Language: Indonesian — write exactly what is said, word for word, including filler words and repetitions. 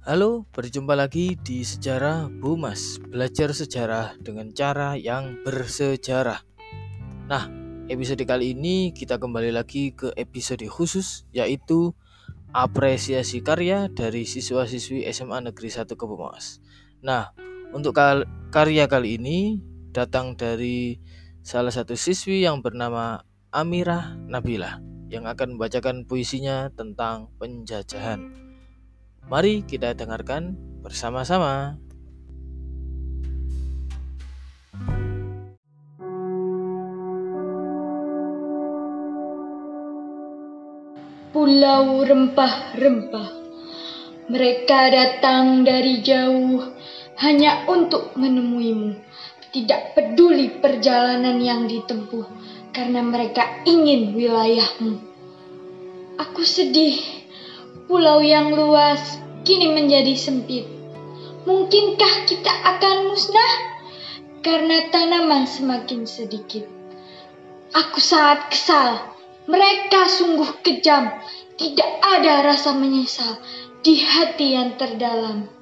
Halo, berjumpa lagi di Sejarah Bumas, belajar sejarah dengan cara yang bersejarah. Nah, episode kali ini kita kembali lagi ke episode khusus, yaitu apresiasi karya dari siswa-siswi S M A Negeri satu Kebomas. Nah, untuk kal- karya kali ini datang dari salah satu siswi yang bernama Amirah Nabila, yang akan membacakan puisinya tentang penjajahan. Mari kita dengarkan bersama-sama. Pulau rempah-rempah, mereka datang dari jauh hanya untuk menemuimu. Tidak peduli perjalanan yang ditempuh, karena mereka ingin wilayahmu. Aku sedih, pulau yang luas kini menjadi sempit. Mungkinkah kita akan musnah? Karena tanaman semakin sedikit. Aku sangat kesal. Mereka sungguh kejam. Tidak ada rasa menyesal di hati yang terdalam.